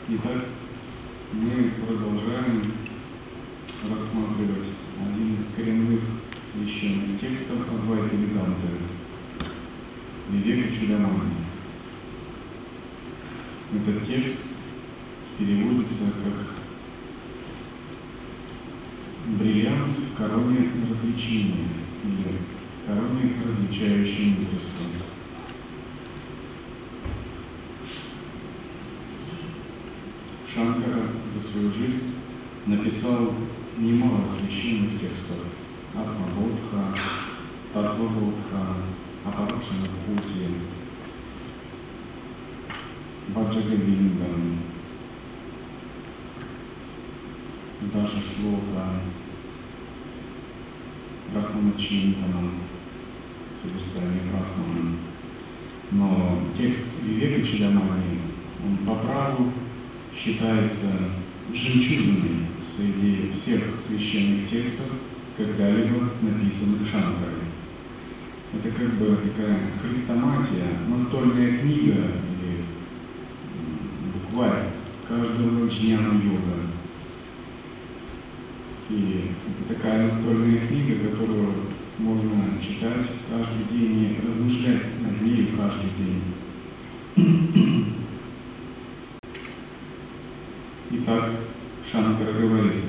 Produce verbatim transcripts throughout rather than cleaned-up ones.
Итак, мы продолжаем рассматривать один из коренных священных текстов Адвайты Веданты Вивека-Чудамани. Этот текст переводится как бриллиант в короне развлечения или короне различающей мудрости. Шанкара за свою жизнь написал немало священных текстов: Атма-бодха, Татва-бодха, Апаракшана-бхути, Баджа-говиндам, Даша-шлока, Брахмана-чинтанам, созерцание Брахмана. Но текст Вивека-Чудамани, он по праву считается жемчужиной среди всех священных текстов, когда-либо написанных Шанкарой. Это как бы такая хрестоматия, настольная книга или букварь каждого джняна-йога. И это такая настольная книга, которую можно читать каждый день и размышлять над ней каждый день. Итак, Шанкара говорит,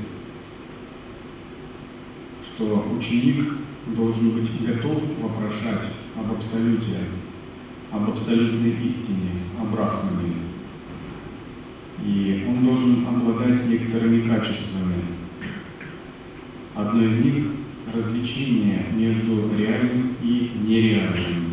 что ученик должен быть готов вопрошать об абсолюте, об абсолютной истине, о Брахмане. И он должен обладать некоторыми качествами. Одно из них – различение между реальным и нереальным.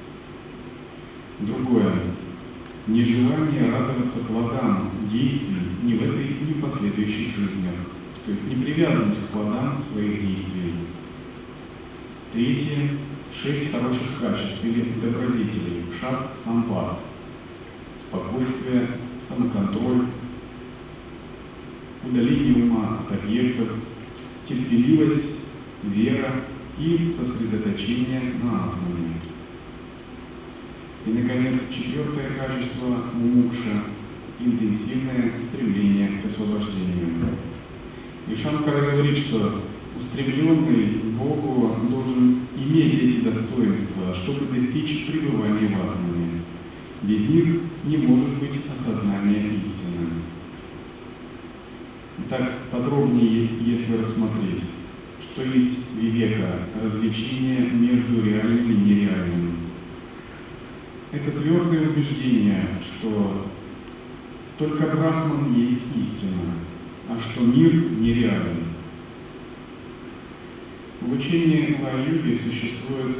Другое – нежелание радоваться плодам действий ни в этой, ни в последующих жизнях, то есть непривязанность к плодам своих действий. Третье – шесть хороших качеств или добродетелей, шат сампад, спокойствие, самоконтроль, удаление ума от объектов, терпеливость, вера и сосредоточение на атмане. И, наконец, четвертое качество мумукша – интенсивное стремление к освобождению. И Шанкара говорит, что устремленный к Богу должен иметь эти достоинства, чтобы достичь пребывания в атмане. Без них не может быть осознания истины. Итак, подробнее, если рассмотреть, что есть вивека, развлечение между реальным и нереальным. Это твердое убеждение, что только Брахман есть истина, а что мир нереален. В учении Лая-йоги существует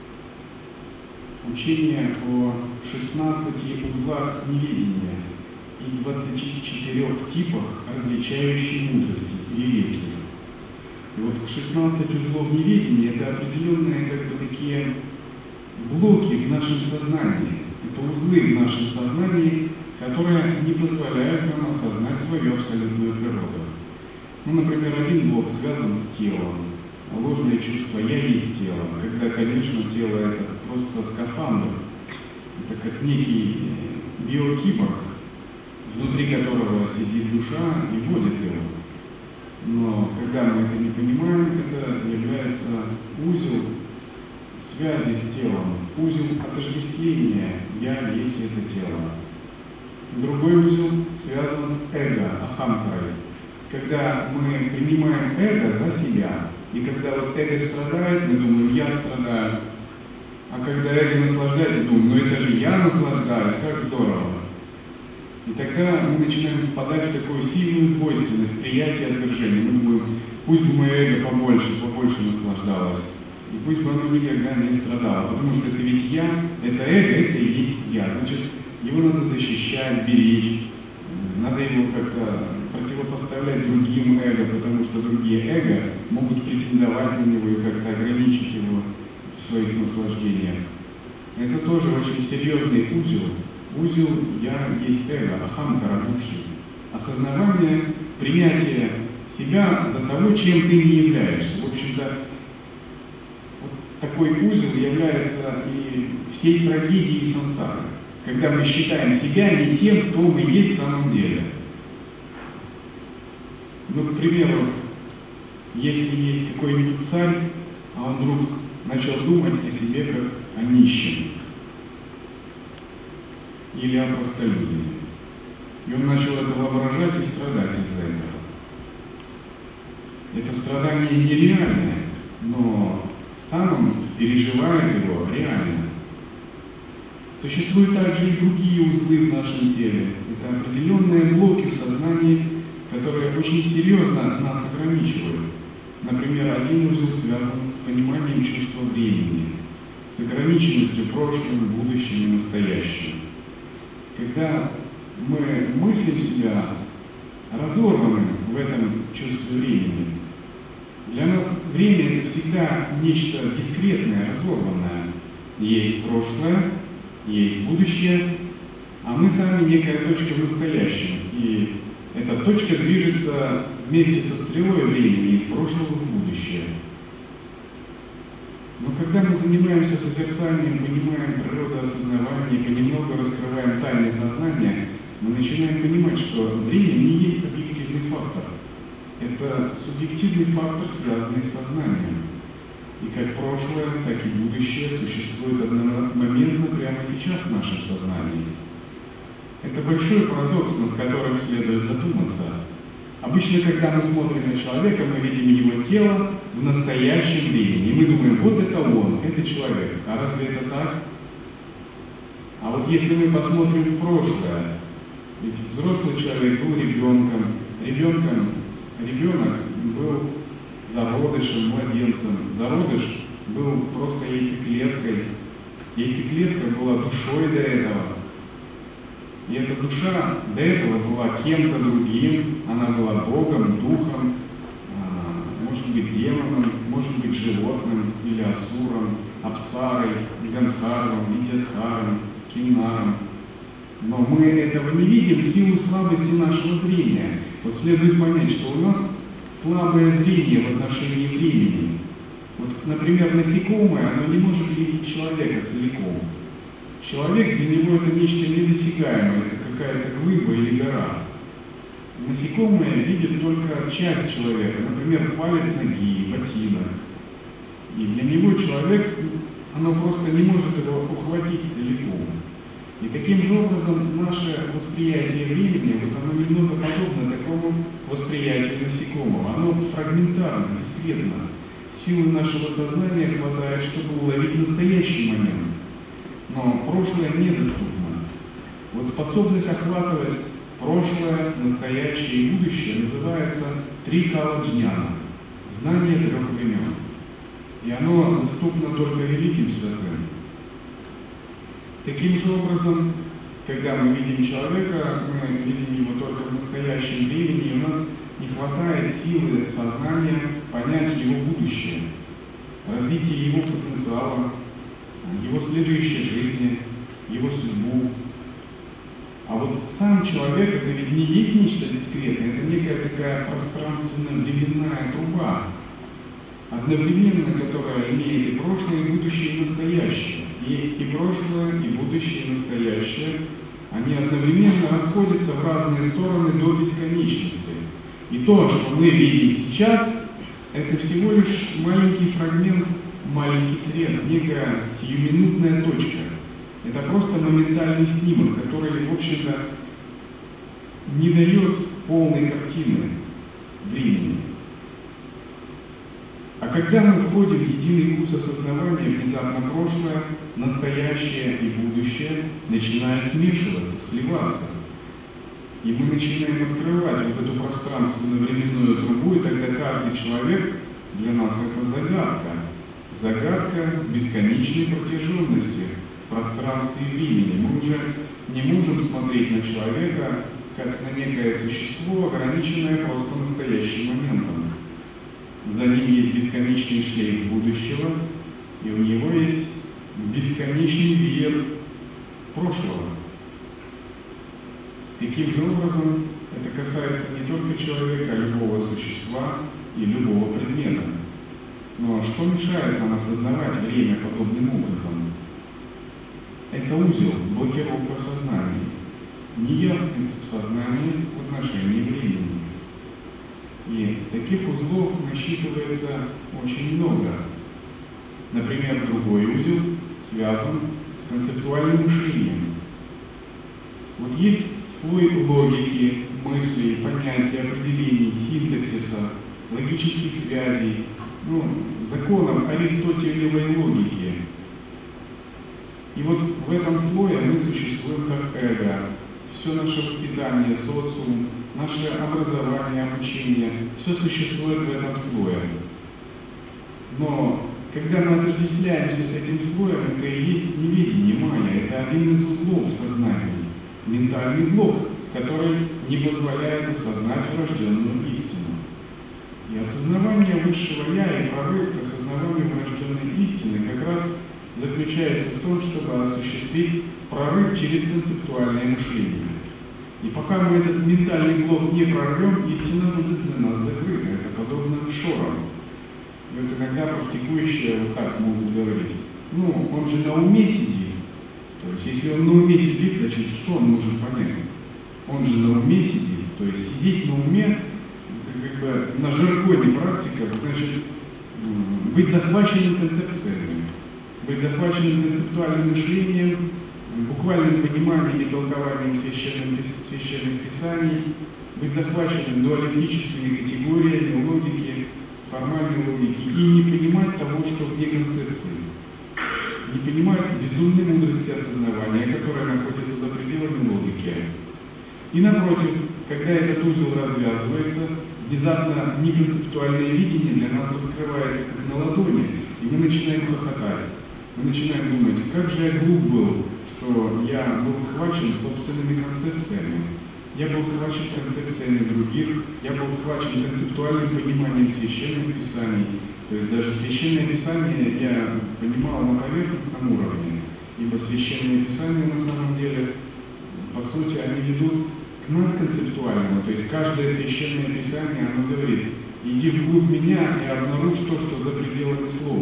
учение о шестнадцати узлах неведения и двадцати четырёх типах различающей мудрости, вивеки. И вот шестнадцать узлов неведения – это определенные как бы такие блоки в нашем сознании, это узлы в нашем сознании, которые не позволяют нам осознать свою абсолютную природу. Ну, например, один блок связан с телом, ложное чувство «я есть тело», когда, конечно, тело – это просто скафандр, это как некий биокиборг, внутри которого сидит душа и водит его. Но когда мы это не понимаем, это является узел связи с телом, узел отождествления «я есть это тело». Другой узел связан с эго, ахамкарой, когда мы принимаем эго за себя. И когда вот эго страдает, мы думаем «я страдаю», а когда эго наслаждается, думаем «ну это же я наслаждаюсь, как здорово». И тогда мы начинаем впадать в такую сильную двойственность, приятие и отвержение. Мы думаем, пусть бы мое эго побольше, побольше наслаждалось, и пусть бы оно никогда не страдало, потому что это ведь я, это эго, это и есть я. Значит, его надо защищать, беречь, надо его как-то противопоставлять другим эго, потому что другие эго могут претендовать на него и как-то ограничить его в своих наслаждениях. Это тоже очень серьезный узел. Узел «я есть эго», ахамкара будхи. Осознавание, принятие себя за того, чем ты не являешься. В общем-то, вот такой узел является и всей трагедией сансары. когда мы считаем себя не тем, кто мы есть в самом деле. Ну, к примеру, если есть какой-нибудь царь, а он вдруг начал думать о себе как о нищем или о простолюдине, и он начал это воображать и страдать из-за этого. Это страдание нереальное, но сам он переживает его реально. Существуют также и другие узлы в нашем теле. Это определенные блоки в сознании, которые очень серьезно нас ограничивают. Например, один узел связан с пониманием чувства времени, с ограниченностью прошлым, будущим и настоящим. Когда мы мыслим себя разорванным в этом чувстве времени, для нас время — это всегда нечто дискретное, разорванное. Есть прошлое, есть будущее, а мы сами некая точка в настоящем. И эта точка движется вместе со стрелой времени из прошлого в будущее. Но когда мы занимаемся созерцанием, понимаем природу осознавания и понемногу раскрываем тайны сознания, мы начинаем понимать, что время не есть объективный фактор. Это субъективный фактор, связанный с сознанием. И как прошлое, так и будущее существует одномоментно прямо сейчас в нашем сознании. Это большой парадокс, над которым следует задуматься. Обычно, когда мы смотрим на человека, мы видим его тело в настоящем времени. И мы думаем, вот это он, это человек. А разве это так? А вот если мы посмотрим в прошлое, ведь взрослый человек был ребенком, ребенком, ребенок был зародышем, младенцем, зародыш был просто яйцеклеткой, яйцеклетка была душой до этого. И эта душа до этого была кем-то другим, она была Богом, Духом, может быть демоном, может быть животным или асуром, апсарой, гандхарвом, видьядхаром, кинаром. Но мы этого не видим в силу слабости нашего зрения. Вот следует понять, что у нас слабое зрение в отношении времени. Вот, например, насекомое, оно не может видеть человека целиком. Человек для него это нечто недосягаемое, это какая-то глыба или гора. Насекомое видит только часть человека, например, палец ноги, ботинок. И для него человек, оно просто не может его ухватить целиком. И таким же образом наше восприятие времени, вот оно немного подобно такому восприятию насекомого. Оно фрагментарно, дискретно. Силы нашего сознания хватает, чтобы уловить настоящий момент. Но прошлое недоступно. Вот способность охватывать прошлое, настоящее и будущее называется трикала-джняна, знание трех времен. И оно доступно только великим святым. Таким же образом, когда мы видим человека, мы видим его только в настоящем времени, и у нас не хватает силы сознания понять его будущее, развитие его потенциала, его следующей жизни, его судьбу. А вот сам человек — это ведь не есть нечто дискретное, это некая такая пространственно-временная труба, одновременно которая имеет и прошлое, и будущее, и настоящее. И, и прошлое, и будущее, и настоящее, они одновременно расходятся в разные стороны до бесконечности. И то, что мы видим сейчас, это всего лишь маленький фрагмент, маленький срез, некая сиюминутная точка. Это просто моментальный снимок, который, в общем-то, не дает полной картины времени. А когда мы входим в единый курс осознавания, внезапно прошлое, настоящее и будущее начинают смешиваться, сливаться. И мы начинаем открывать вот эту пространственно-временную трубу, и тогда каждый человек для нас это загадка. Загадка с бесконечной протяженностью в пространстве и времени. Мы уже не можем смотреть на человека как на некое существо, ограниченное просто настоящим моментом. За ним есть бесконечный шлейф будущего, и у него есть бесконечный веер прошлого. Таким же образом, это касается не только человека, а любого существа и любого предмета. Но что мешает нам осознавать время подобным образом? Это узел, блокировка в сознании, неясность в сознании в отношении времени. И таких узлов насчитывается очень много. Например, другой узел связан с концептуальным мышлением. Вот есть слой логики, мыслей, понятий, определений, синтаксиса, логических связей, ну, законов аристотелевой логики. И вот в этом слое мы существуем как эго. Все наше воспитание, социум, наше образование, обучение, все существует в этом слое. Но когда мы отождествляемся с этим слоем, это и есть неведение майя, это один из узлов сознания, ментальный блок, который не позволяет осознать врожденную истину. И осознавание высшего я и прорыв к осознаванию врожденной истины как раз заключается в том, чтобы осуществить прорыв через концептуальное мышление. И пока мы этот ментальный блок не прорвем, истина будет для нас закрыта. Это подобно шорам. И вот иногда практикующие вот так могут говорить: ну, он же на уме сидит. То есть, если он на уме сидит, значит, что он может понять? Он же на уме сидит. То есть, сидеть на уме, это как бы на жаргоне практика, значит, быть захваченным концепциями, быть захваченным концептуальным мышлением, буквальным пониманием и толкованием священных, священных писаний, быть захваченным дуалистическими категориями логики, формальной логики и не понимать того, что вне концепции, не понимать безумной мудрости осознавания, которая находится за пределами логики. И напротив, когда этот узел развязывается, внезапно неконцептуальное видение для нас раскрывается как на ладони, и мы начинаем хохотать. Мы начинаем думать, как же я глуп был, что я был схвачен собственными концепциями. Я был схвачен концепциями других, я был схвачен концептуальным пониманием священных писаний. То есть даже священное писание я понимал на поверхностном уровне, ибо священные писания на самом деле, по сути, они ведут к надконцептуальному. То есть каждое священное писание, оно говорит: иди вглубь меня и обнаружь то, что за пределами слов.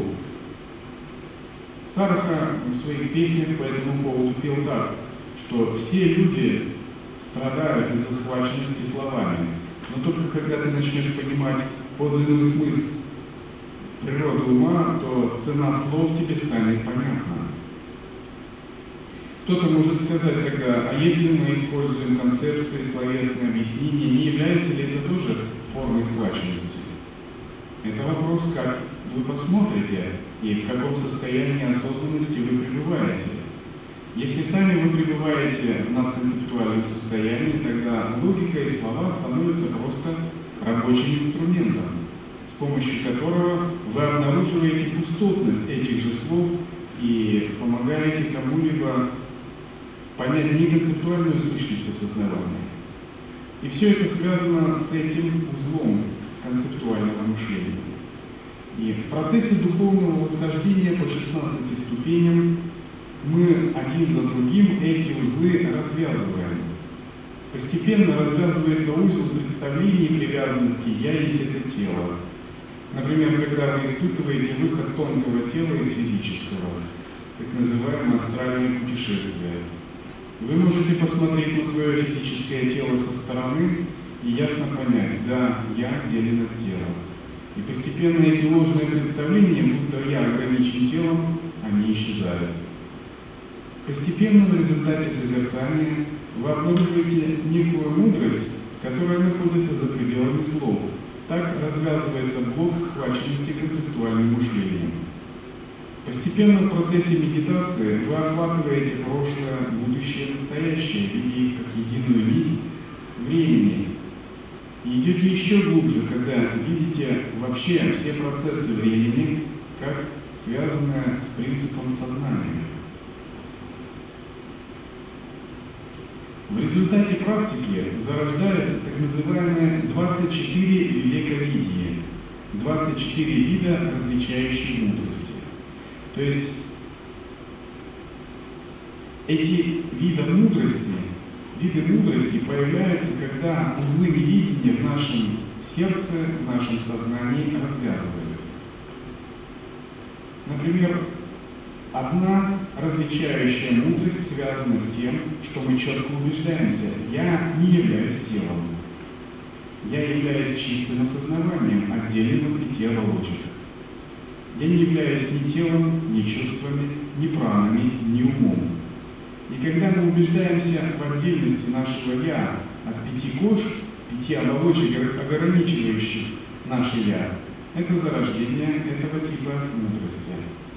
Сараха в своих песнях по этому поводу пел так, что все люди страдают из-за схваченности словами, но только когда ты начнешь понимать подлинный смысл природы ума, то цена слов тебе станет понятна. Кто-то может сказать тогда: а если мы используем концепции, словесные объяснения, не является ли это тоже формой схваченности? Это вопрос, как вы посмотрите и в каком состоянии осознанности вы пребываете. Если сами вы пребываете в надконцептуальном состоянии, тогда логика и слова становятся просто рабочим инструментом, с помощью которого вы обнаруживаете пустотность этих же слов и помогаете кому-либо понять неконцептуальную сущность осознавания. И все это связано с этим узлом концептуального мышления. И в процессе духовного восхождения по шестнадцати ступеням мы один за другим эти узлы развязываем. Постепенно развязывается узел представлений и привязанности «я есть это тело». Например, когда вы испытываете выход тонкого тела из физического, так называемое астральное путешествие. Вы можете посмотреть на свое физическое тело со стороны и ясно понять: да, я отделен от тела. И постепенно эти ложные представления, будто я ограничен телом, они исчезают. Постепенно в результате созерцания вы обнаруживаете некую мудрость, которая находится за пределами слов. Так развязывается блок схваченности концептуальным мышлением. Постепенно в процессе медитации вы охватываете прошлое, будущее, настоящее, видя их как единую нить времени. И идете еще глубже, когда видите вообще все процессы времени как связанные с принципом сознания. В результате практики зарождается так называемое двадцать четыре вековидия, двадцать четыре вида различающей мудрости. То есть эти виды мудрости, виды мудрости появляются, когда узлы невидения в нашем сердце, в нашем сознании развязываются. Например, Одна различающая мудрость связана с тем, что мы четко убеждаемся: я не являюсь телом. Я являюсь чистым осознаванием, отдельным от пяти оболочек. Я не являюсь ни телом, ни чувствами, ни пранами, ни умом. И когда мы убеждаемся в отдельности нашего «я» от пяти кож, пяти оболочек, ограничивающих наше «я», это зарождение этого типа мудрости.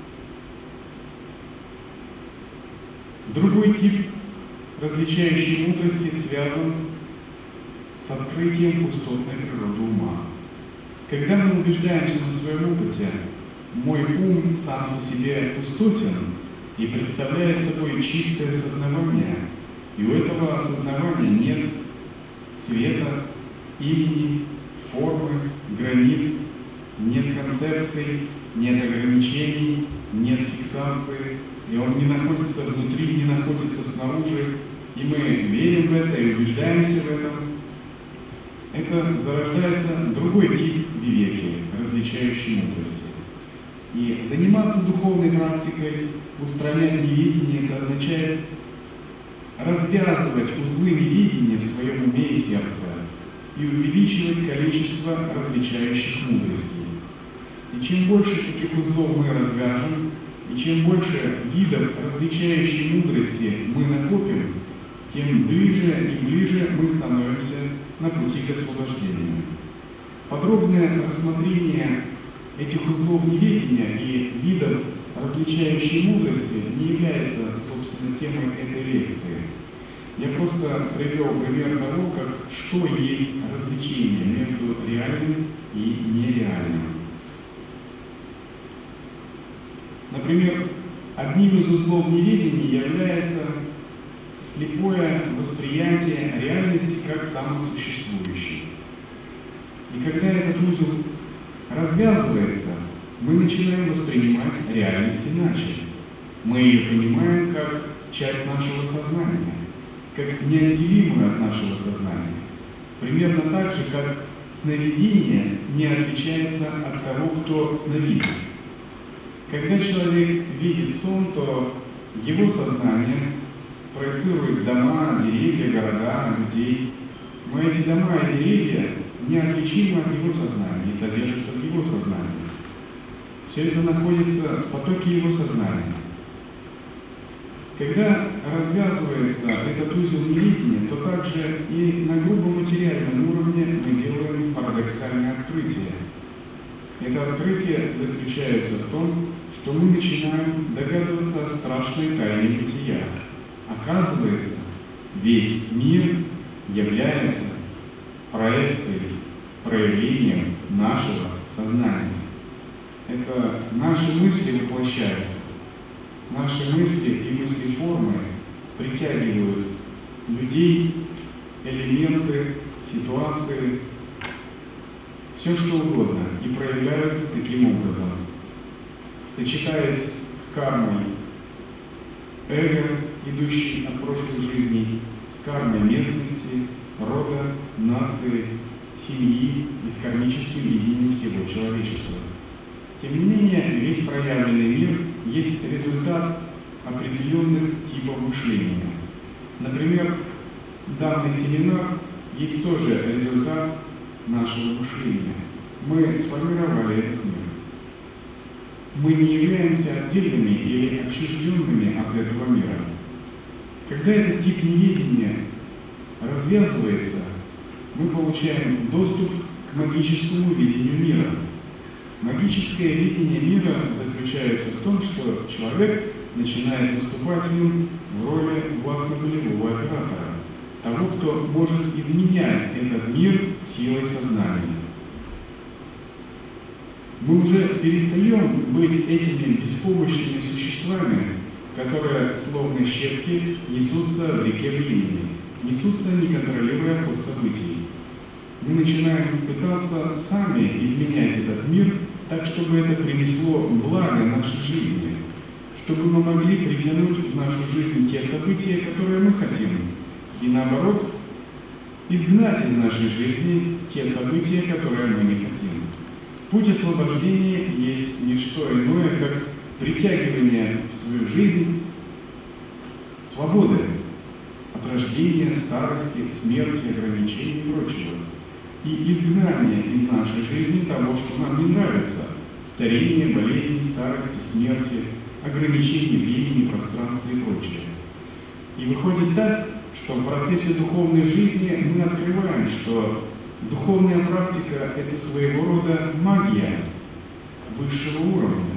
Другой тип различающей мудрости связан с открытием пустотной природы ума. Когда мы убеждаемся на своем опыте, мой ум сам по себе пустотен и представляет собой чистое осознавание, и у этого осознавания нет цвета, имени, формы, границ, нет концепций, нет ограничений, нет фиксации, и он не находится внутри, не находится снаружи, и мы верим в это и убеждаемся в этом. Это зарождается другой тип вивеки, различающей мудрости. И заниматься духовной практикой, устранять неведение, это означает развязывать узлы неведения в своем уме и сердце и увеличивать количество различающих мудростей. И чем больше таких узлов мы развяжем, и чем больше видов различающей мудрости мы накопим, тем ближе и ближе мы становимся на пути к освобождению. Подробное рассмотрение этих узлов неведения и видов различающей мудрости не является, собственно, темой этой лекции. Я просто привел пример того, как, что есть различие между реальным и нереальным. Например, одним из узлов неведения является слепое восприятие реальности как самосуществующей. И когда этот узел развязывается, мы начинаем воспринимать реальность иначе. Мы ее понимаем как часть нашего сознания, как неотделимую от нашего сознания. Примерно так же, как сновидение не отличается от того, кто сновидит. Когда человек видит сон, то его сознание проецирует дома, деревья, города, людей. Но эти дома и деревья неотличимы от его сознания и содержатся в его сознании. Все это находится в потоке его сознания. Когда развязывается этот узел неведения, то также и на грубом материальном уровне мы делаем парадоксальное открытие. Это открытие заключается в том, что мы начинаем догадываться о страшной тайне бытия. Оказывается, весь мир является проекцией, проявлением нашего сознания. Это наши мысли воплощаются. Наши мысли и мысли-формы притягивают людей, элементы, ситуации, все что угодно, и проявляются таким образом. Сочетаясь с кармой эго, идущей от прошлой жизни, с кармой местности, рода, нации, семьи и с кармическим видением всего человечества. Тем не менее, весь проявленный мир есть результат определенных типов мышления. Например, данный семинар есть тоже результат нашего мышления. Мы сформировали этот мир. Мы не являемся отдельными или отчужденными от этого мира. Когда этот тип неведения развязывается, мы получаем доступ к магическому видению мира. Магическое видение мира заключается в том, что человек начинает выступать в нем в роли властно-волевого оператора, того, кто может изменять этот мир силой сознания. Мы уже перестаем быть этими беспомощными существами, которые, словно щепки, несутся в реке времени, несутся, не контролируя ход событий. Мы начинаем пытаться сами изменять этот мир так, чтобы это принесло благо нашей жизни, чтобы мы могли притянуть в нашу жизнь те события, которые мы хотим, и наоборот, изгнать из нашей жизни те события, которые мы не хотим. Путь освобождения есть не что иное, как притягивание в свою жизнь свободы от рождения, старости, смерти, ограничений и прочего. И изгнание из нашей жизни того, что нам не нравится: старение, болезни, старости, смерти, ограничений времени, пространства и прочее. И выходит так, что в процессе духовной жизни мы открываем, что духовная практика – это своего рода магия высшего уровня.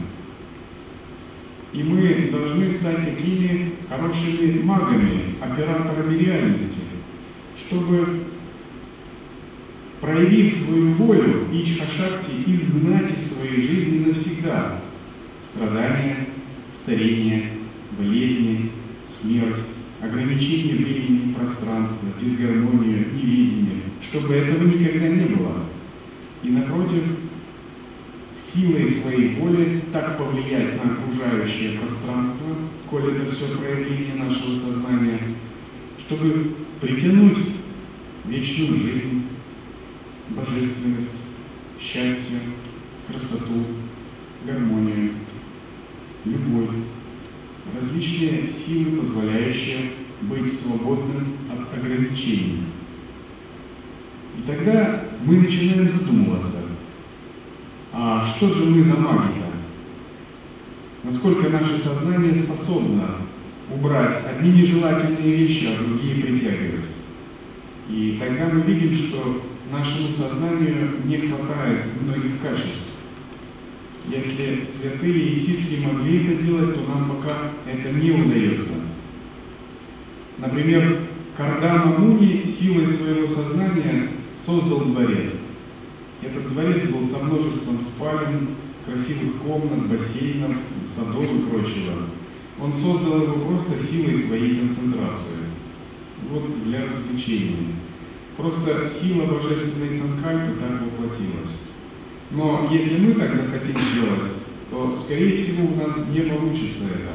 И мы должны стать такими хорошими магами, операторами реальности, чтобы, проявив свою волю, Ичха-шакти изгнать из своей жизни навсегда страдания, старение, болезни, смерть, ограничение времени, пространства, дисгармонию, неведение, чтобы этого никогда не было. И напротив, силой своей воли так повлиять на окружающее пространство, коль это все проявление нашего сознания, чтобы притянуть вечную жизнь, божественность, счастье, красоту, гармонию, любовь, различные силы, позволяющие быть свободным от ограничений. И тогда мы начинаем задумываться, а что же мы за маги-то? Насколько наше сознание способно убрать одни нежелательные вещи, а другие притягивать? И тогда мы видим, что нашему сознанию не хватает многих качеств. Если святые и ситхи могли это делать, то нам пока это не удается. Например, Кардама Муни силой своего сознания создал дворец. Этот дворец был со множеством спален, красивых комнат, бассейнов, садов и прочего. Он создал его просто силой своей концентрации. Вот для развлечения. Просто сила божественной санкальпы так воплотилась. Но если мы так захотим сделать, то, скорее всего, у нас не получится это.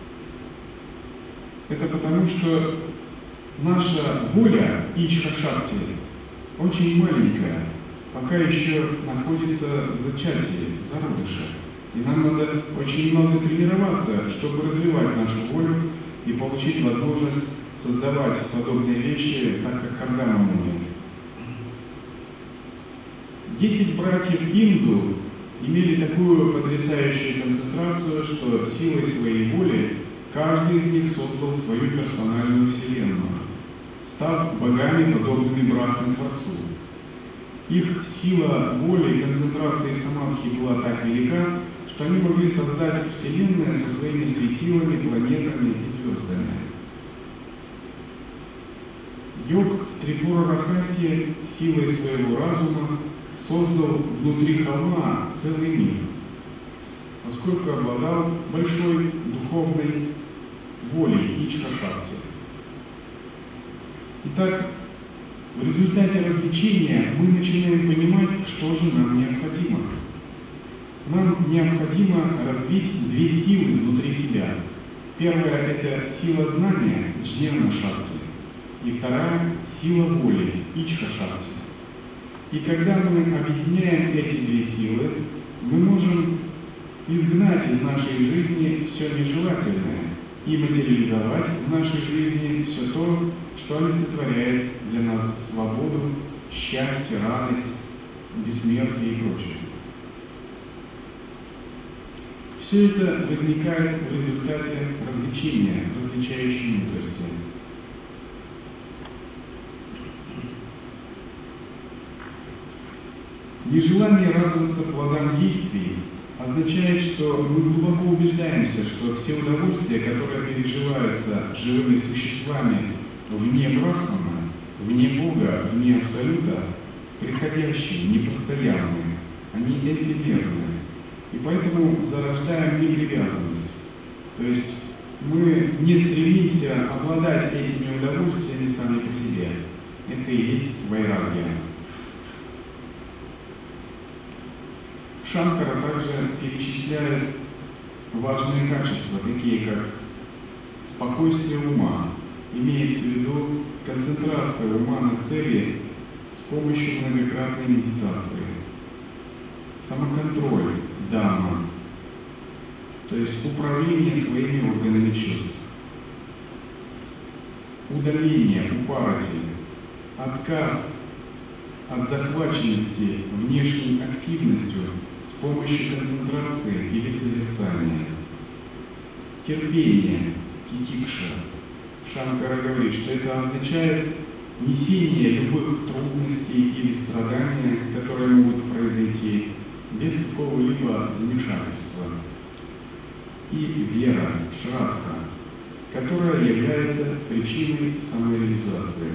Это потому, что наша воля Ичха-шакти очень маленькая, пока еще находится в зачатии, в зародыше. И нам надо очень много тренироваться, чтобы развивать нашу волю и получить возможность создавать подобные вещи, так как Кардама Муни. Десять братьев Инду имели такую потрясающую концентрацию, что силой своей воли каждый из них создал свою персональную вселенную, став богами, подобными Брахме-творцу. Их сила воли и концентрация самадхи была так велика, что они могли создать вселенную со своими светилами, планетами и звездами. Йог в Трипура-Рахасе силой своего разума создал внутри холма целый мир, поскольку обладал большой духовной волей Ичха-шакти. Итак, в результате развлечения мы начинаем понимать, что же нам необходимо. Нам необходимо развить две силы внутри себя. Первая – это сила знания, джняна-шакти, и вторая – сила воли, ичха-шакти. И когда мы объединяем эти две силы, мы можем изгнать из нашей жизни все нежелательное и материализовать в нашей жизни все то, что олицетворяет для нас свободу, счастье, радость, бессмертие и прочее. Все это возникает в результате развлечения, различающей мудрости. Нежелание радоваться плодам действий означает, что мы глубоко убеждаемся, что все удовольствия, которые переживаются живыми существами вне Брахмана, вне Бога, вне Абсолюта, приходящие, непостоянные, они эфемерные. И поэтому зарождаем непривязанность. То есть мы не стремимся обладать этими удовольствиями сами по себе. Это и есть вайрагья. Шанкара также перечисляет важные качества, такие как спокойствие ума, имеется в виду концентрация ума на цели с помощью многократной медитации, самоконтроль, дhamma, то есть управление своими органами чувств, удаление упарати, отказ от захваченности внешней активностью с помощью концентрации или созерцания, терпение, титикша. Шанкара говорит, что это означает несение любых трудностей или страданий, которые могут произойти без какого-либо замешательства. И вера, шрадха, которая является причиной самореализации.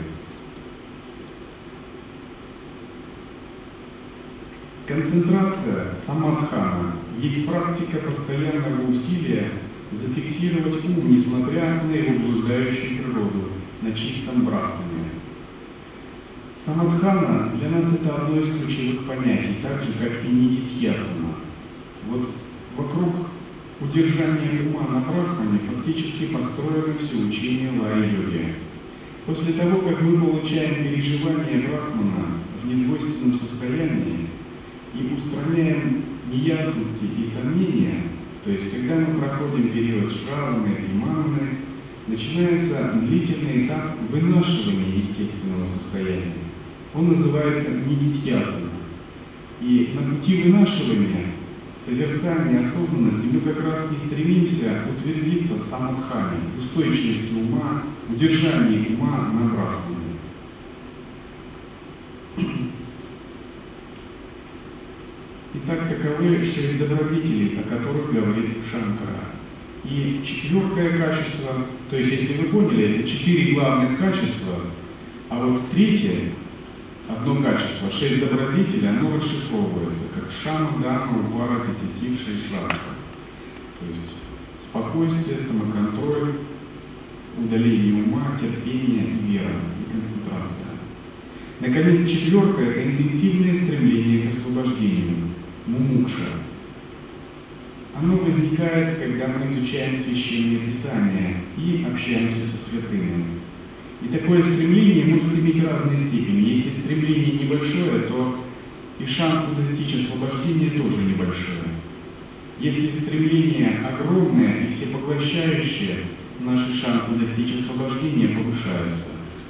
Концентрация самадхана есть практика постоянного усилия зафиксировать ум, несмотря на его блуждающую природу, на чистом брахмане. Самадхана для нас это одно из ключевых понятий, так же, как и нидидхьясана. Вот вокруг удержания ума на брахмане фактически построено все учение лая-йоги. После того, как мы получаем переживание брахмана в недвойственном состоянии и устраняем неясности и сомнения, то есть, когда мы проходим период шраваны и маны, начинается длительный этап вынашивания естественного состояния. Он называется нидидхьясана. И на пути вынашивания, созерцания осознанности мы как раз и стремимся утвердиться в самадхане, в устойчивости ума, удержании ума на брахмане. Итак, таковы шесть добродетелей, о которых говорит Шанкара. И четвертое качество, то есть, если вы поняли, это четыре главных качества, а вот третье, одно качество, шесть добродетелей, оно расшифровывается как шама, дама, упарати, титикша и шрадха. То есть спокойствие, самоконтроль, удаление ума, терпение, вера и концентрация. Наконец, четвертое – это интенсивное стремление к освобождению, мумукша. Оно возникает, когда мы изучаем Священное Писание и общаемся со святыми. И такое стремление может иметь разные степени. Если стремление небольшое, то и шансы достичь освобождения тоже небольшие. Если стремление огромное и всепоглощающее, наши шансы достичь освобождения повышаются.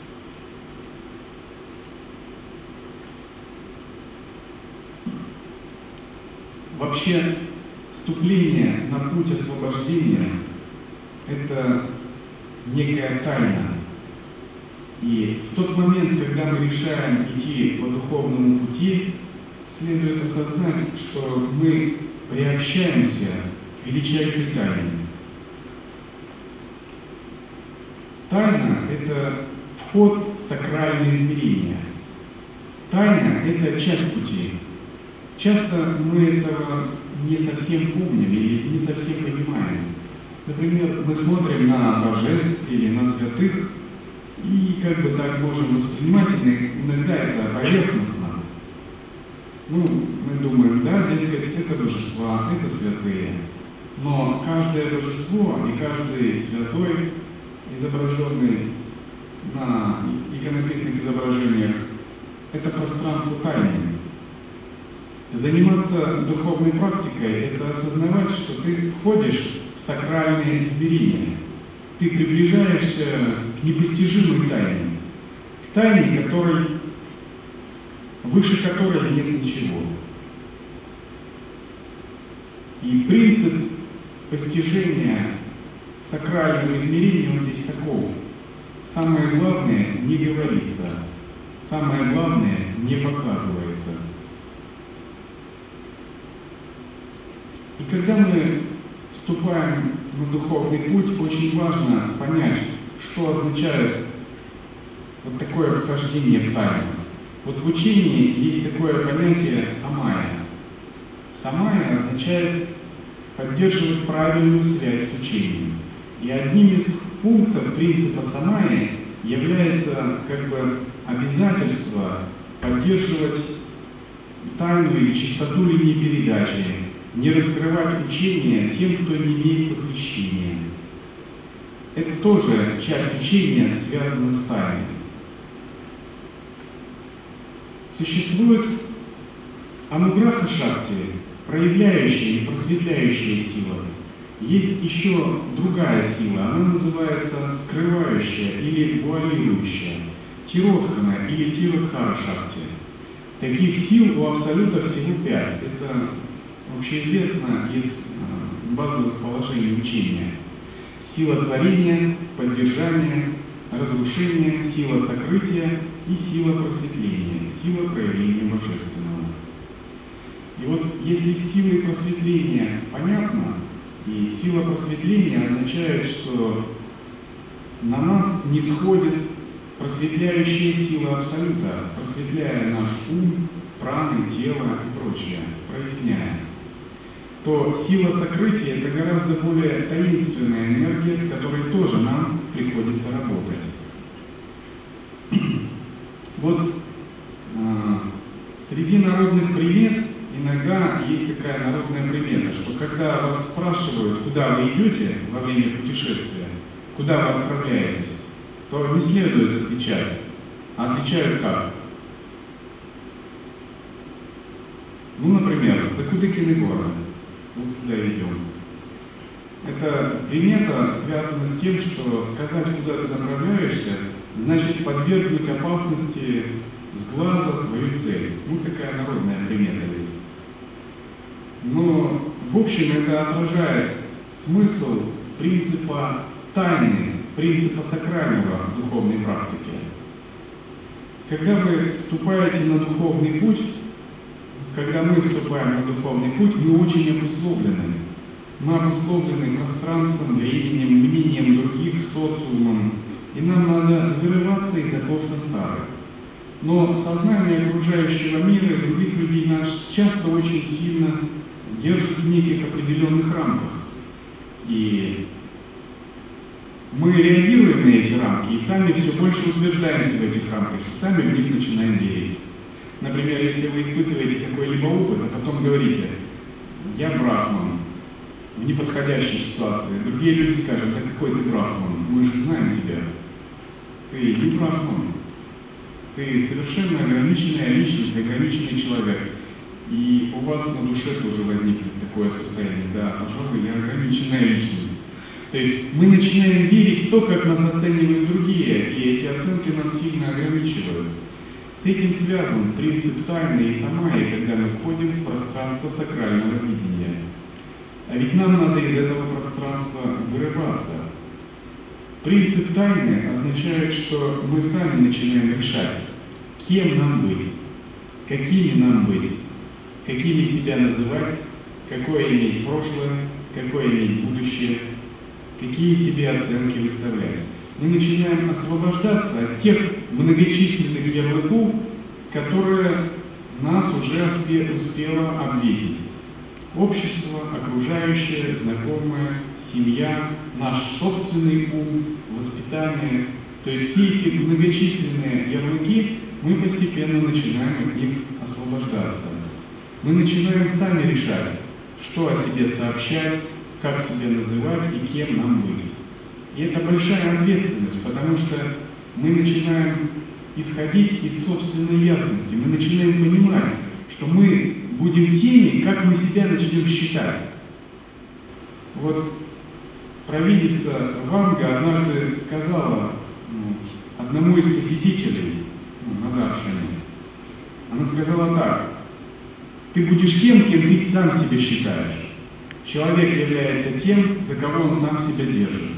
Вообще, вступление на путь освобождения – это некая тайна. И в тот момент, когда мы решаем идти по духовному пути, следует осознать, что мы приобщаемся к величайшей тайне. Тайна – это вход в сакральное измерение. Тайна – это часть пути. Часто мы этого не совсем помним или не совсем понимаем. Например, мы смотрим на божеств или на святых, и как бы так можем воспринимать, иногда это поверхностно. Ну, мы думаем, да, дескать, это божества, это святые. Но каждое божество и каждый святой, изображенный на иконописных изображениях, это пространство тайны. Заниматься духовной практикой – это осознавать, что ты входишь в сакральное измерение. Ты приближаешься к непостижимой тайне, к тайне, которой, выше которой нет ничего. И принцип постижения сакрального измерения, он здесь таков. Самое главное не говорится, самое главное не показывается. И когда мы вступаем на духовный путь, очень важно понять, что означает вот такое вхождение в тайну. Вот в учении есть такое понятие «самая». «Самая» означает поддерживать правильную связь с учением. И одним из пунктов принципа «самая» является как бы обязательство поддерживать тайну или чистоту линии передачи, не раскрывать учение тем, кто не имеет посвящения. Это тоже часть учения, связана с тайной. Существует ануграха шакти, проявляющая и просветляющая сила. Есть еще другая сила, она называется скрывающая или вуалирующая, тиродхана или тиродхара-шакти. Таких сил у Абсолюта всего пять. Это общеизвестно из базовых положений учения. Сила творения, поддержания, разрушения, сила сокрытия и сила просветления, сила проявления божественного. И вот если с силой просветления понятно, и сила просветления означает, что на нас не сходит просветляющая сила Абсолюта, просветляя наш ум, праны, тело и прочее, проясняя, то сила сокрытия – это гораздо более таинственная энергия, с которой тоже нам приходится работать. Вот э, среди народных примет иногда есть такая народная примета, что когда вас спрашивают, куда вы идете во время путешествия, куда вы отправляетесь, то не следует отвечать, а отвечают как? Ну, например, за Кудыкины горы. Вот туда идем. Эта примета связана с тем, что сказать, куда ты направляешься, значит подвергнуть опасности с глаза свою цель. Ну, такая народная примета есть. Но, в общем, это отражает смысл принципа тайны, принципа сакрального в духовной практике. Когда вы вступаете на духовный путь, когда мы вступаем на духовный путь, мы очень обусловлены. Мы обусловлены пространством, временем, мнением других, социумом. И нам надо вырываться из оков сансары. Но сознание окружающего мира и других людей нас часто очень сильно держит в неких определенных рамках. И мы реагируем на эти рамки и сами все больше утверждаемся в этих рамках, и сами в них начинаем верить. Например, если вы испытываете какой-либо опыт, а потом говорите: «Я брахман», в неподходящей ситуации, другие люди скажут: «Да какой ты брахман? Мы же знаем тебя». Ты не брахман. Ты совершенно ограниченная личность, ограниченный человек. И у вас на душе тоже возникнет такое состояние: да, пожалуй, я ограниченная личность. То есть мы начинаем верить в то, как нас оценивают другие, и эти оценки нас сильно ограничивают. С этим связан принцип тайны и самайи, когда мы входим в пространство сакрального видения. А ведь нам надо из этого пространства вырываться. Принцип тайны означает, что мы сами начинаем решать, кем нам быть, какими нам быть, какими себя называть, какое иметь прошлое, какое иметь будущее, какие себе оценки выставлять. Мы начинаем освобождаться от тех многочисленных ярлыков, которые нас уже успело обвесить. Общество, окружающее, знакомое, семья, наш собственный ум, воспитание. То есть все эти многочисленные ярлыки, мы постепенно начинаем от них освобождаться. Мы начинаем сами решать, что о себе сообщать, как себя называть и кем нам быть. И это большая ответственность, потому что мы начинаем исходить из собственной ясности, мы начинаем понимать, что мы будем теми, как мы себя начнем считать. Вот провидица Ванга однажды сказала ну, одному из посетителей ну, на Даршане, она сказала так: ты будешь тем, кем ты сам себя считаешь. Человек является тем, за кого он сам себя держит.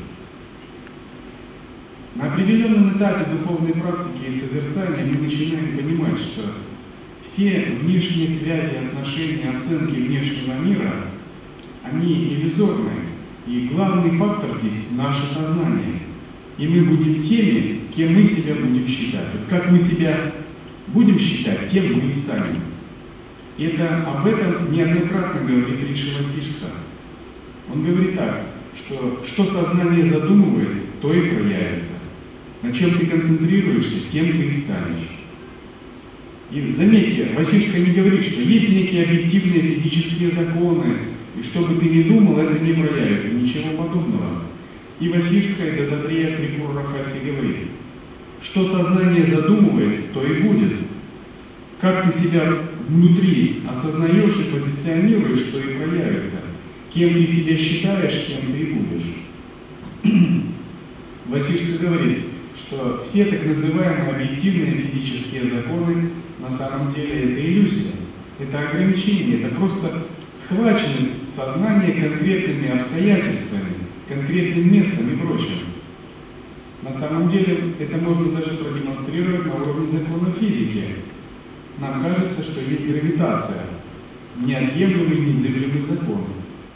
На определенном этапе духовной практики и созерцания мы начинаем понимать, что все внешние связи, отношения, оценки внешнего мира, они иллюзорные. И главный фактор здесь – наше сознание. И мы будем теми, кем мы себя будем считать. Вот как мы себя будем считать, тем мы и станем. И это, об этом неоднократно говорит Риши Васиштха. Он говорит так, что что сознание задумывает, то и проявится. На чем ты концентрируешься, тем ты и станешь. И заметьте, Васиштха не говорит, что есть некие объективные физические законы, и что бы ты ни думал, это не проявится. Ничего подобного. И Васиштха, и Дататрея Трипура Рахаси говорит, что сознание задумывает, то и будет. Как ты себя внутри осознаешь и позиционируешь, то и проявится. кем ты себя считаешь, тем ты и будешь. Васишка говорит, что все так называемые объективные физические законы на самом деле это иллюзия, это ограничение, это просто схваченность сознания конкретными обстоятельствами, конкретным местом и прочим. На самом деле это можно даже продемонстрировать на уровне закона физики. Нам кажется, что есть гравитация, неотъемлемый, незыблемый закон.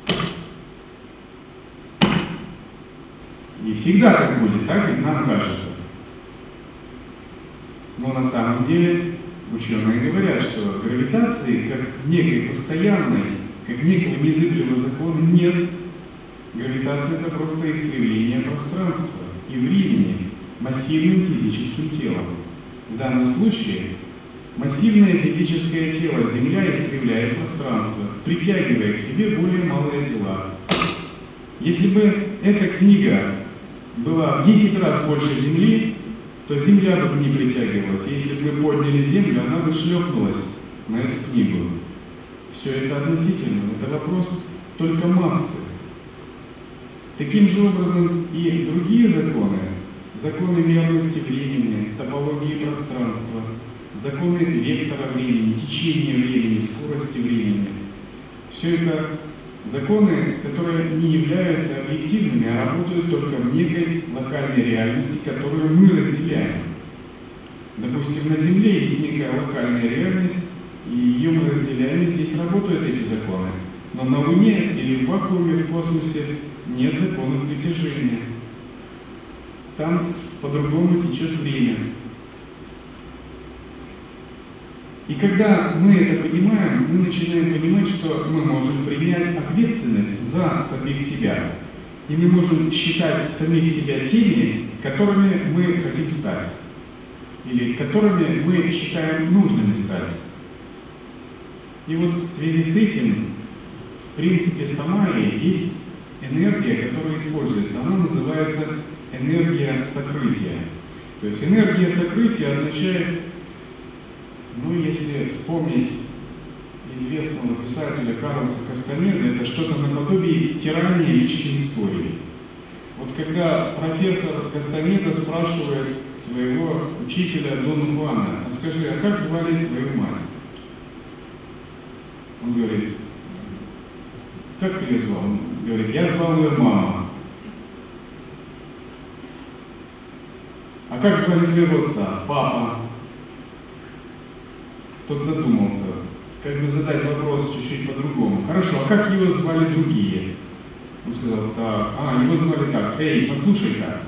И всегда так будет, так и нам кажется. Но на самом деле ученые говорят, что гравитации как некой постоянной, как некого незыблемого закона нет. Гравитация — это просто искривление пространства и времени массивным физическим телом. В данном случае массивное физическое тело Земля искривляет пространство, притягивая к себе более малые тела. Если бы эта книга была в десять раз больше Земли, то Земля бы к ней притягивалась. Если бы мы подняли Землю, она бы шлепнулась на эту книгу. Все это относительно, это вопрос только массы. Таким же образом и другие законы, законы мерности времени, топологии пространства, законы вектора времени, течения времени, скорости времени, все это законы, которые не являются объективными, а работают только в некой локальной реальности, которую мы разделяем. Допустим, на Земле есть некая локальная реальность, и ее мы разделяем, и здесь работают эти законы. Но на Луне или в вакууме в космосе нет законов притяжения. Там по-другому течет время. И когда мы это понимаем, мы начинаем понимать, что мы можем принять ответственность за самих себя. И мы можем считать самих себя теми, которыми мы хотим стать. Или которыми мы считаем нужными стать. И вот в связи с этим, в принципе, самая есть энергия, которая используется. Она называется энергия сокрытия. То есть энергия сокрытия означает, ну, если вспомнить известного писателя Карлоса Кастанеды, это что-то наподобие стирания личной истории. Вот когда профессор Кастанеда спрашивает своего учителя Дона Хуана: а скажи, а как звали твою мать? Он говорит: как ты ее звал? Он говорит: я звал ее мама. А как звали твоего отца? Папа. Тот задумался, как бы задать вопрос чуть-чуть по-другому. Хорошо, а как его звали другие? Он сказал: так, а, его звали так, эй, послушай-ка.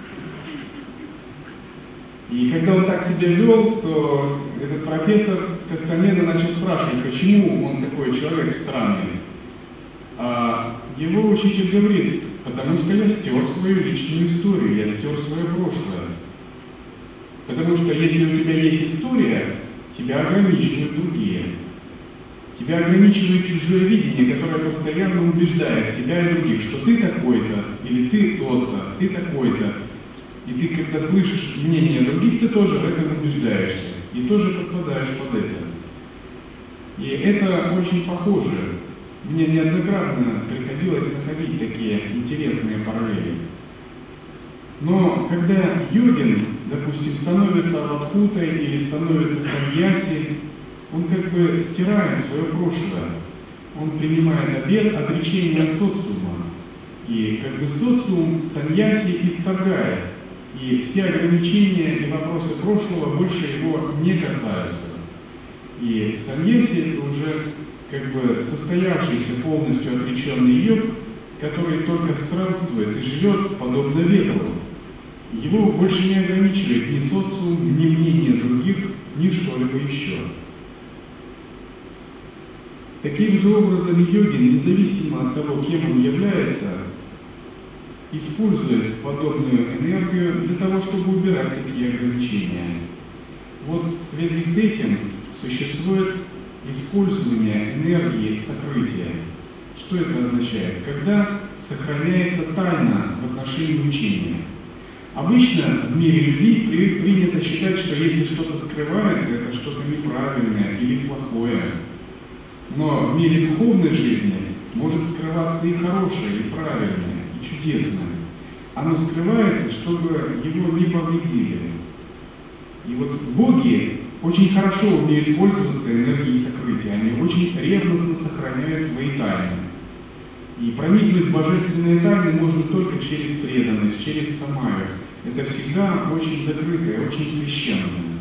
И когда он так себя вел, то этот профессор Кастанеда начал спрашивать, почему он такой человек странный. А его учитель говорит: потому что я стер свою личную историю, я стер свое прошлое. Потому что если у тебя есть история, тебя ограничивают другие. Тебя ограничивает чужое видение, которое постоянно убеждает себя и других, что ты такой-то, или ты тот-то, ты такой-то. И ты, когда слышишь мнение других, ты тоже в этом убеждаешься. И тоже подпадаешь под это. И это очень похоже. Мне неоднократно приходилось находить такие интересные параллели. Но когда йогин, допустим, становится авадхутой или становится саньяси, он как бы стирает свое прошлое. Он принимает обет отречения от социума. И как бы социум саньяси исторгает. И все ограничения и вопросы прошлого больше его не касаются. И саньяси — это уже как бы состоявшийся полностью отреченный йог, который только странствует и живет подобно ветру. Его больше не ограничивает ни социум, ни мнение других, ни что-либо еще. Таким же образом йогин, независимо от того, кем он является, использует подобную энергию для того, чтобы убирать такие ограничения. Вот в связи с этим существует использование энергии сокрытия. Что это означает? Когда сохраняется тайна в отношении учения. Обычно в мире людей при, принято считать, что если что-то скрывается, это что-то неправильное или плохое. Но в мире духовной жизни может скрываться и хорошее, и правильное, и чудесное. Оно скрывается, чтобы его не повредили. И вот боги очень хорошо умеют пользоваться энергией сокрытия. Они очень ревностно сохраняют свои тайны. И проникнуть в божественные тайны можно только через преданность, через самаю. Это всегда очень закрытое, очень священное.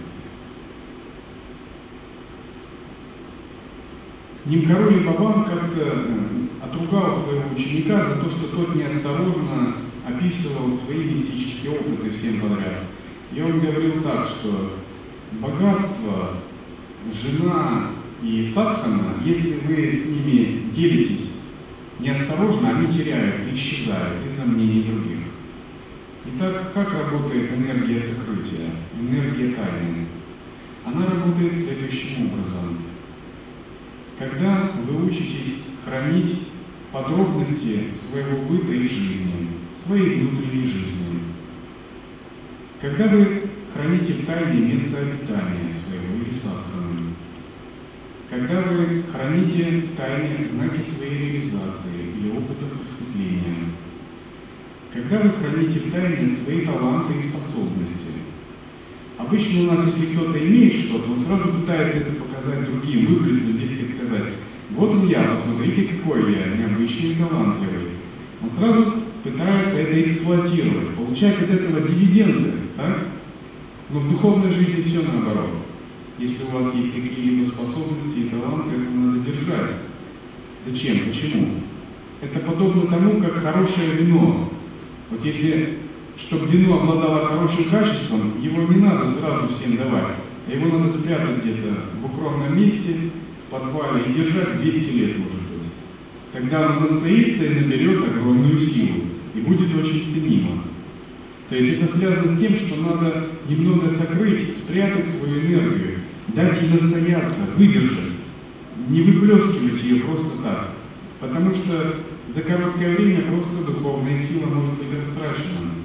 Нимкароли Бабан как-то отругал своего ученика за то, что тот неосторожно описывал свои мистические опыты всем подряд. И он говорил так, что богатство, жена и садхана, если вы с ними делитесь неосторожно, они теряются, исчезают из-за мнений других. Итак, как работает энергия сокрытия, энергия тайны? Она работает следующим образом. Когда вы учитесь хранить подробности своего быта и жизни, своей внутренней жизни, когда вы храните в тайне место обитания своего или садханы, когда вы храните в тайне знаки своей реализации или опытов просветления, когда вы храните в тайне свои таланты и способности. Обычно у нас, если кто-то имеет что-то, он сразу пытается это показать другим, выплеснуть, дескать, сказать: вот он я, посмотрите, какой я, необычный и талантливый. Он сразу пытается это эксплуатировать, получать от этого дивиденды, так? Но в духовной жизни все наоборот. Если у вас есть какие-либо способности и таланты, это надо держать. Зачем? Почему? Это подобно тому, как хорошее вино. Вот если, чтобы вино обладало хорошим качеством, его не надо сразу всем давать, а его надо спрятать где-то в укромном месте, в подвале, и держать двести лет, может быть. Тогда оно настоится и наберет огромную силу, и будет очень ценимо. То есть это связано с тем, что надо немного сокрыть, спрятать свою энергию, дать ей настояться, выдержать, не выплескивать ее просто так. Потому что за короткое время просто духовная сила может быть растрачена.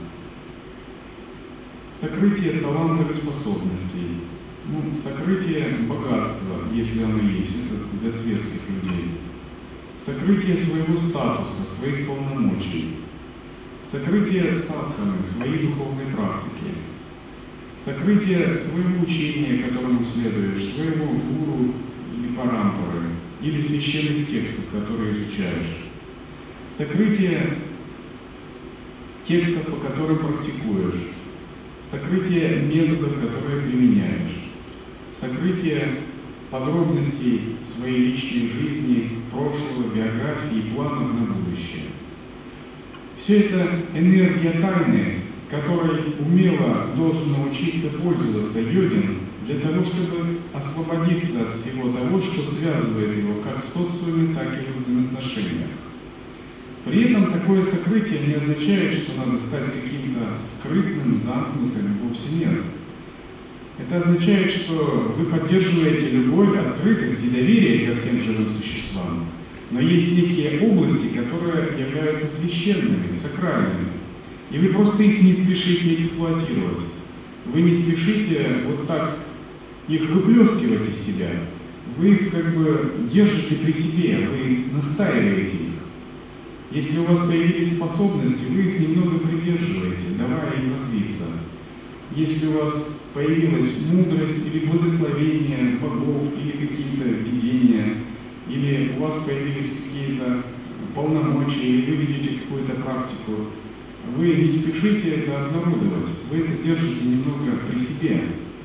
Сокрытие талантов и способностей, ну, сокрытие богатства, если оно есть, это для светских людей. Сокрытие своего статуса, своих полномочий. Сокрытие садханы, своей духовной практики. Сокрытие своего учения, которому следуешь, своего гуру или парампары, или священных текстов, которые изучаешь. Сокрытие текстов, по которым практикуешь. Сокрытие методов, которые применяешь. Сокрытие подробностей своей личной жизни, прошлого, биографии, планов на будущее. Все это энергия тайны, которой умело должен научиться пользоваться йогин для того, чтобы освободиться от всего того, что связывает его как в социуме, так и в взаимоотношениях. При этом такое сокрытие не означает, что надо стать каким-то скрытным, замкнутым, вовсе нет. Это означает, что вы поддерживаете любовь, открытость и доверие ко всем живым существам, но есть некие области, которые являются священными, сакральными, и вы просто их не спешите эксплуатировать. Вы не спешите вот так их выплескивать из себя, вы их как бы держите при себе, вы настаиваете их. Если у вас появились способности, вы их немного придерживаете, давая им развиться. Если у вас появилась мудрость или благословение богов, или какие-то видения, или у вас появились какие-то полномочия, или вы видите какую-то практику, вы не спешите это обнародовать, вы это держите немного при себе.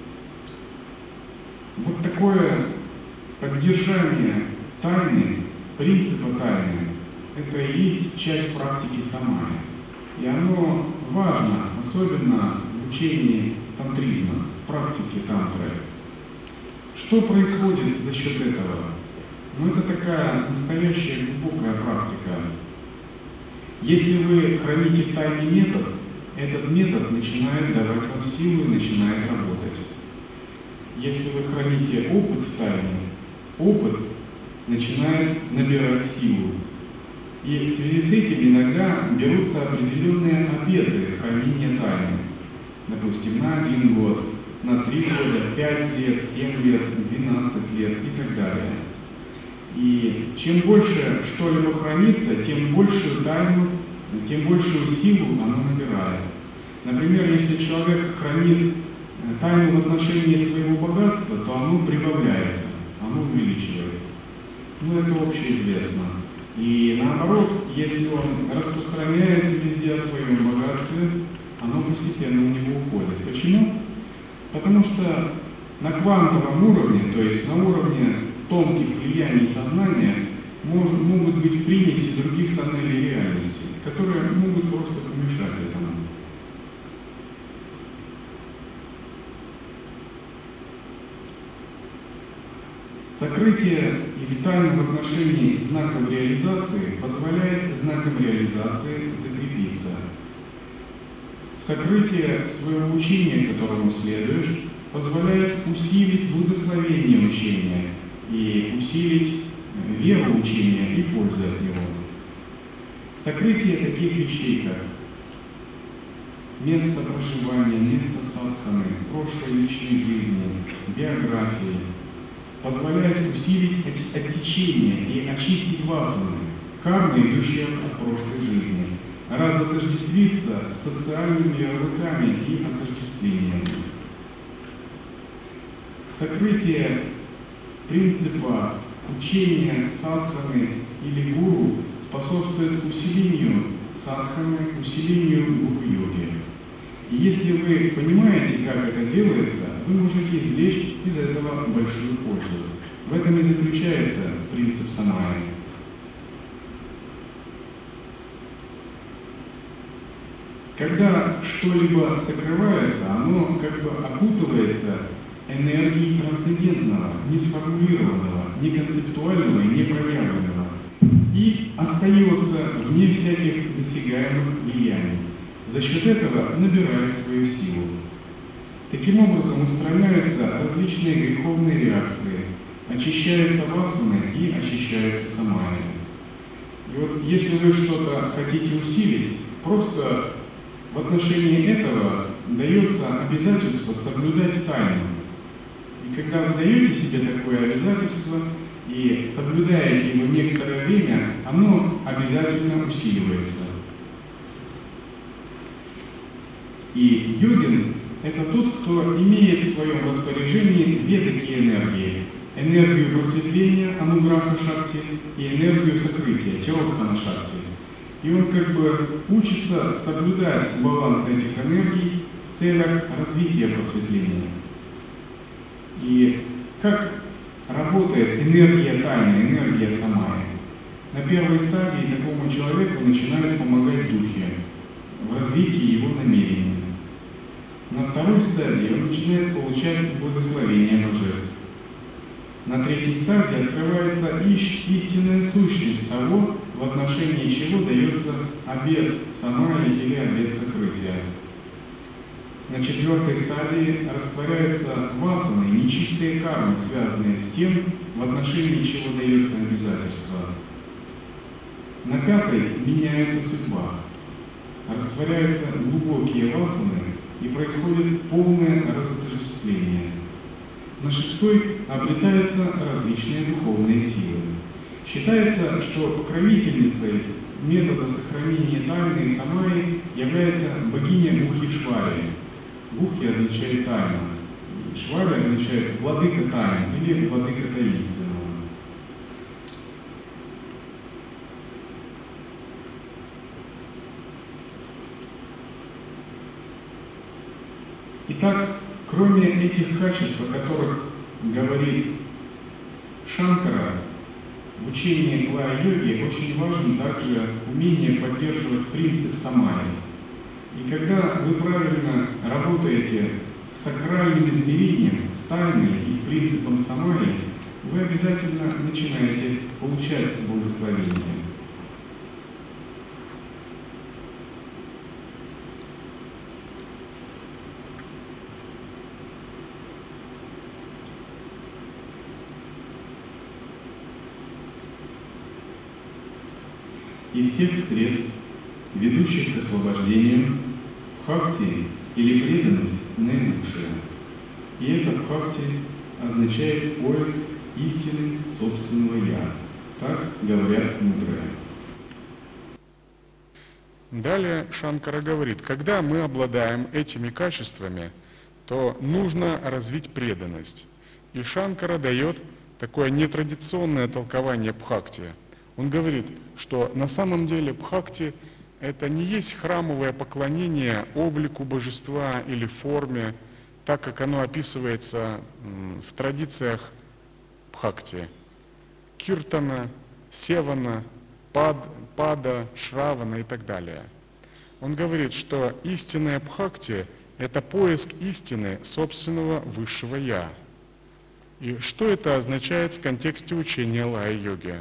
Вот такое поддержание тайны, принципа тайны, это и есть часть практики самая. И оно важно, особенно в учении тантризма, в практике тантры. Что происходит за счет этого? Ну, это такая настоящая глубокая практика. Если вы храните в тайне метод, этот метод начинает давать вам силу и начинает работать. Если вы храните опыт в тайне, опыт начинает набирать силу. И в связи с этим иногда берутся определенные обеты хранения тайны. Допустим, на один год, на три года, пять лет, семь лет, двенадцать лет и так далее. И чем больше что-либо хранится, тем большую тайну, тем большую силу оно набирает. Например, если человек хранит тайну в отношении своего богатства, то оно прибавляется, оно увеличивается. Ну, это общеизвестно. И наоборот, если он распространяется везде о своем богатстве, оно постепенно у него уходит. Почему? Потому что на квантовом уровне, то есть на уровне тонких влияний сознания, может, могут быть примеси других тоннелей реальности, которые могут просто помешать этому. Сокрытие или тайна в отношении знаков реализации позволяет знакам реализации закрепиться. Сокрытие своего учения, которому следуешь, позволяет усилить благословение учения и усилить веру учения и пользу от него. Сокрытие таких вещей, как место проживания, место садханы, прошлой личной жизни, биографии, позволяет усилить отсечение и очистить васаны, кармы, идущие от прошлой жизни, разотождествиться с социальными ярлыками и отождествлениями. Сокрытие принципа учения садханы или гуру способствует усилению садханы, усилению гуру-йоги. И если вы понимаете, как это делается, вы можете извлечь из этого большую пользу. В этом и заключается принцип самаи. Когда что-либо сокрывается, оно как бы окутывается энергией трансцендентного, не сформулированного, не концептуального, не проявленного и остается вне всяких досягаемых влияний. За счет этого набирает свою силу. Таким образом устраняются различные греховные реакции, очищаются васаны и очищается самая. И вот если вы что-то хотите усилить, просто в отношении этого дается обязательство соблюдать тайну. И когда вы даете себе такое обязательство и соблюдаете его некоторое время, оно обязательно усиливается. И йогин – это тот, кто имеет в своем распоряжении две такие энергии. Энергию просветления, ануграха шакти, и энергию сокрытия, тиротхана шакти. И он как бы учится соблюдать баланс этих энергий в целях развития просветления. И как работает энергия тайны, энергия самаи? На первой стадии такому человеку начинают помогать духи в развитии его намерений. На второй стадии он начинает получать благословение божеств. На третьей стадии открывается истинная сущность того, в отношении чего дается обет самаи или обет сокрытия. На четвертой стадии растворяются васаны, нечистые кармы, связанные с тем, в отношении чего дается обязательство. На пятой меняется судьба. Растворяются глубокие васаны и происходит полное разотождествление. На шестой обретаются различные духовные силы. Считается, что покровительницей метода сохранения тайны самаи является богиня Гухи-Швари. Гухи означает тайна, Швари означает владыка тайн или владыка таинственного. Итак, кроме этих качеств, о которых говорит Шанкара, в учении Лая-йоги очень важен также умение поддерживать принцип самаи. И когда вы правильно работаете с сакральным измерением, с тайной и с принципом самаи, вы обязательно начинаете получать благословение. Из всех средств, ведущих к освобождению, бхакти или преданность наилучшая. И это бхакти означает поиск истины собственного «я». Так говорят мудрые. Далее Шанкара говорит, когда мы обладаем этими качествами, то нужно развить преданность. И Шанкара дает такое нетрадиционное толкование бхакти. Он говорит, что на самом деле бхакти – это не есть храмовое поклонение облику божества или форме, так как оно описывается в традициях бхакти. Киртана, севана, пад, пада, шравана и так далее. Он говорит, что истинная бхакти – это поиск истины собственного высшего «я». И что это означает в контексте учения лая-йоги?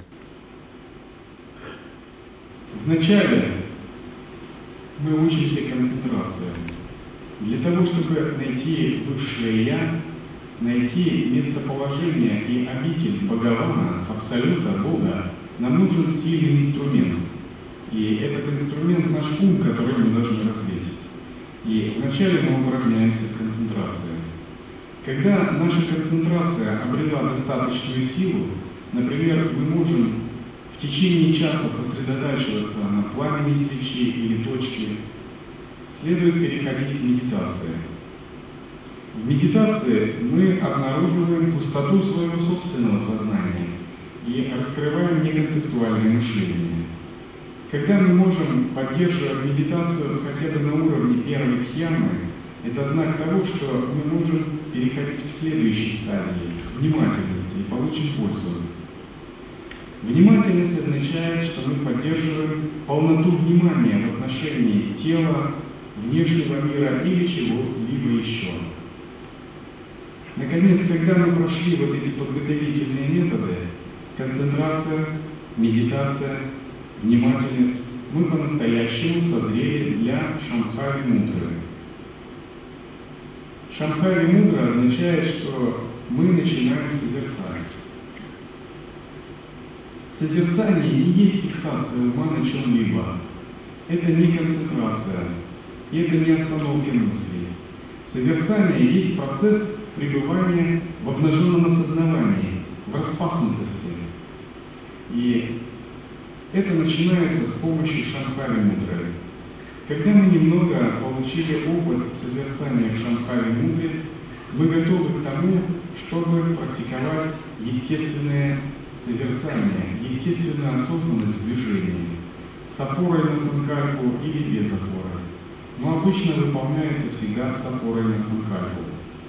Вначале мы учимся концентрации. Для того, чтобы найти высшее «я», найти местоположение и обитель Бхагавана, Абсолюта, Бога, нам нужен сильный инструмент. И этот инструмент — наш ум, который мы должны развить. И вначале мы упражняемся в концентрации. Когда наша концентрация обрела достаточную силу, например, мы можем в течение часа сосредотачиваться на пламени свечи или точке, следует переходить к медитации. В медитации мы обнаруживаем пустоту своего собственного сознания и раскрываем неконцептуальное мышление. Когда мы можем поддерживать медитацию хотя бы на уровне первой дхьяны, это знак того, что мы можем переходить к следующей стадии, к внимательности, и получим пользу. Внимательность означает, что мы поддерживаем полноту внимания в отношении тела, внешнего мира или чего-либо еще. Наконец, когда мы прошли вот эти подготовительные методы, концентрация, медитация, внимательность, мы по-настоящему созрели для Шамхави Мудры. Шамхави Мудра означает, что мы начинаем созерцать. Созерцание не есть фиксация ума на чем-либо. Это не концентрация, и это не остановка мыслей. Созерцание есть процесс пребывания в обнаженном осознавании, в распахнутости. И это начинается с помощью Шамхави Мудры. Когда мы немного получили опыт созерцания в Шамхави Мудре, мы готовы к тому, чтобы практиковать естественное созерцание, естественную осознанность в движении, с опорой на санкальпу или без опоры. Но обычно выполняется всегда с опорой на санкальпу.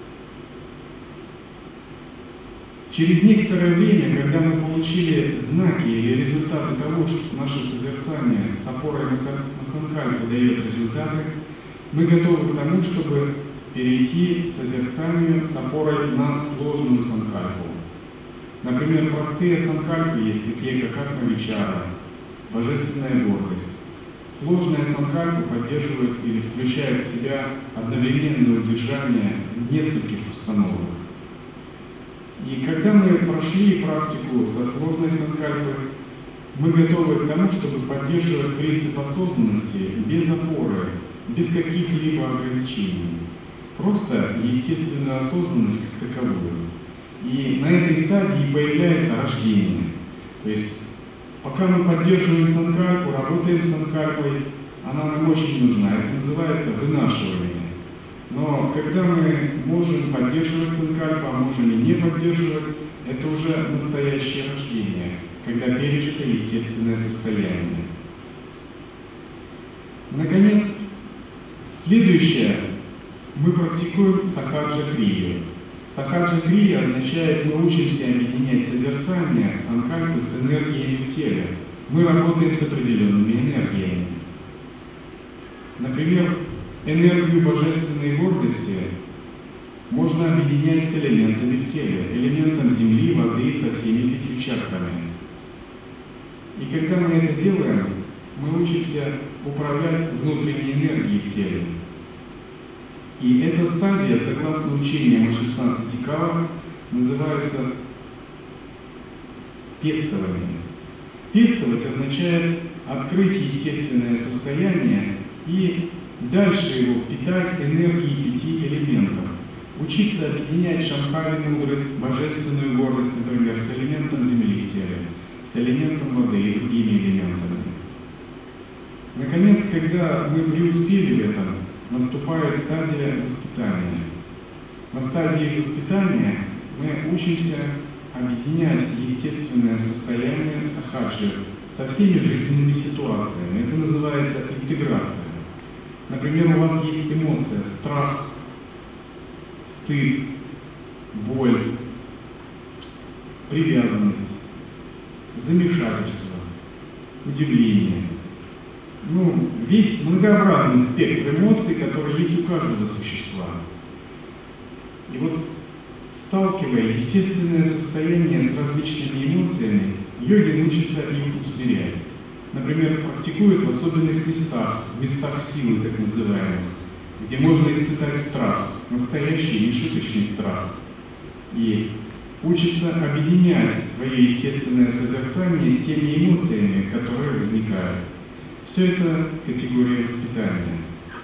Через некоторое время, когда мы получили знаки или результаты того, что наше созерцание с опорой на санкальпу дает результаты, мы готовы к тому, чтобы перейти к созерцанию с опорой на сложную санкальпу. Например, простые санкальпы есть такие, как атма-вичара, божественная гордость. Сложные санкальпы поддерживают или включают в себя одновременное удержание нескольких установок. И когда мы прошли практику со сложной санкальпой, мы готовы к тому, чтобы поддерживать принцип осознанности без опоры, без каких-либо ограничений. Просто естественную осознанность как таковую. И на этой стадии появляется рождение. То есть, пока мы поддерживаем санкальпу, работаем с санкальпой, она нам очень нужна. Это называется вынашивание. Но когда мы можем поддерживать санкальпу, а можем и не поддерживать, это уже настоящее рождение, когда пережито естественное состояние. Наконец, следующее, мы практикуем сахаджа-крию. Сахаджа-крия означает, мы учимся объединять созерцание санкальпы с энергиями в теле. Мы работаем с определенными энергиями. Например, энергию божественной гордости можно объединять с элементами в теле, элементом земли, воды, со всеми пятью чакрами. И когда мы это делаем, мы учимся управлять внутренней энергией в теле. И эта стадия, согласно учениям о шестнадцати калах, называется пестованием. Пестовать означает открыть естественное состояние и дальше его питать энергией пяти элементов. Учиться объединять Шамхави Мудры, божественную гордость, например, с элементом земли в теле, с элементом воды и другими элементами. Наконец, когда мы преуспели в этом, наступает стадия воспитания. На стадии воспитания мы учимся объединять естественное состояние сахаджи со всеми жизненными ситуациями. Это называется интеграция. Например, у вас есть эмоция страх, стыд, боль, привязанность, замешательство, удивление. Ну, весь многообразный спектр эмоций, который есть у каждого существа. И вот, сталкивая естественное состояние с различными эмоциями, йогин учится их усмирять. Например, практикует в особенных местах, в местах силы так называемых, где можно испытать страх, настоящий нешуточный страх. И учится объединять свое естественное созерцание с теми эмоциями, которые возникают. Все это категория воспитания.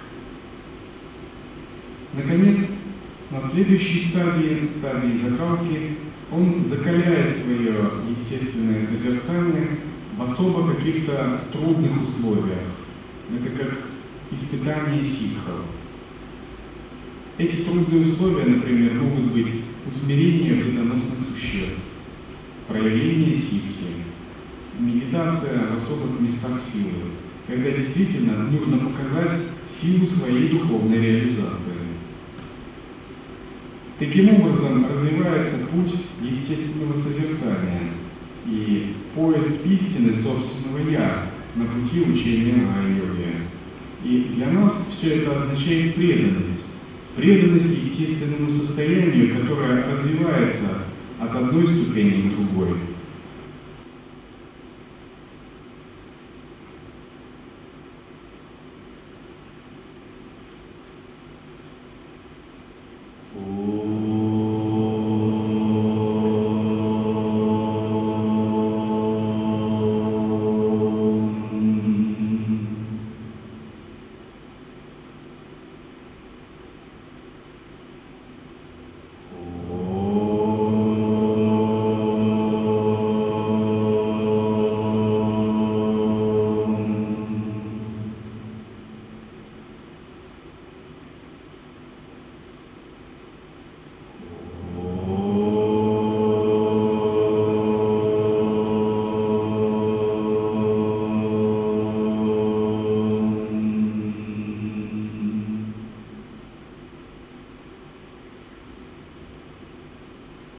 Наконец, на следующей стадии, стадии закалки, он закаляет свое естественное созерцание в особо каких-то трудных условиях. Это как испытание ситхов. Эти трудные условия, например, могут быть усмирение вредоносных существ, проявление ситхи, медитация в особых местах силы, когда действительно нужно показать силу своей духовной реализации. Таким образом развивается путь естественного созерцания и поиск истины собственного «я» на пути учения Маха-йоги. И для нас все это означает преданность. Преданность естественному состоянию, которое развивается от одной ступени к другой.